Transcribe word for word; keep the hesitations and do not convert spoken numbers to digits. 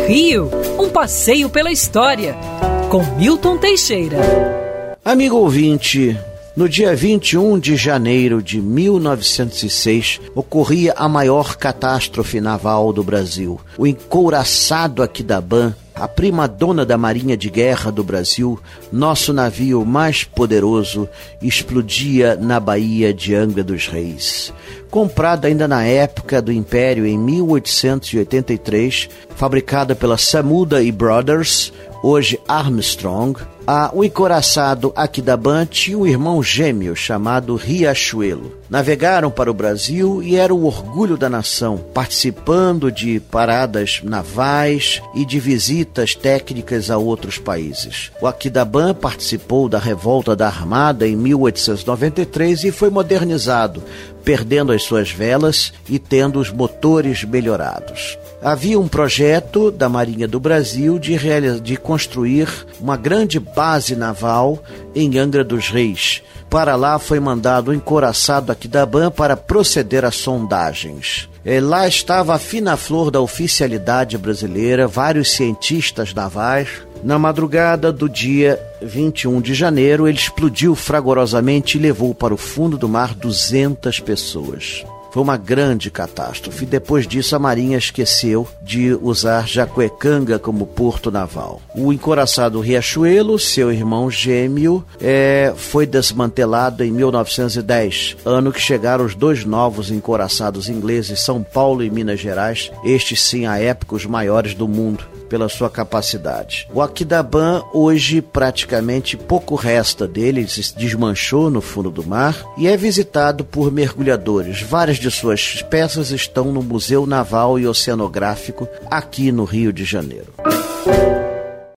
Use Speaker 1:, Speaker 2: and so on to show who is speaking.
Speaker 1: Rio, um passeio pela história, com Milton Teixeira.
Speaker 2: Amigo ouvinte, no dia vinte e um de janeiro de mil novecentos e seis, ocorria a maior catástrofe naval do Brasil. O encouraçado Aquidauã, a prima-dona da Marinha de Guerra do Brasil, nosso navio mais poderoso, explodia na Baía de Angra dos Reis. Comprada ainda na época do Império em mil oitocentos e oitenta e três, fabricada pela Samuda e Brothers, hoje Armstrong, a, o encouraçado Aquidauã tinha um irmão gêmeo chamado Riachuelo. Navegaram para o Brasil e era o orgulho da nação, participando de paradas navais e de visitas técnicas a outros países. O Aquidauã participou da revolta da Armada em mil oitocentos e noventa e três e foi modernizado, perdendo as suas velas e tendo os motores melhorados. Havia um projeto da Marinha do Brasil de, realizar, de construir uma grande base naval em Angra dos Reis. Para lá foi mandado o encouraçado Aquidauã para proceder a sondagens. E lá estava a fina flor da oficialidade brasileira, vários cientistas navais. Na madrugada do dia vinte e um de janeiro, ele explodiu fragorosamente e levou para o fundo do mar duzentas pessoas. Foi uma grande catástrofe. Depois disso, a Marinha esqueceu de usar Jacuecanga como porto naval. O encouraçado Riachuelo, seu irmão gêmeo, é, foi desmantelado em mil novecentos e dez, ano que chegaram os dois novos encouraçados ingleses, São Paulo e Minas Gerais, estes sim à época os maiores do mundo, pela sua capacidade. O Aquidauã hoje praticamente pouco resta dele, ele se desmanchou no fundo do mar e é visitado por mergulhadores. Várias de suas peças estão no Museu Naval e Oceanográfico aqui no Rio de Janeiro.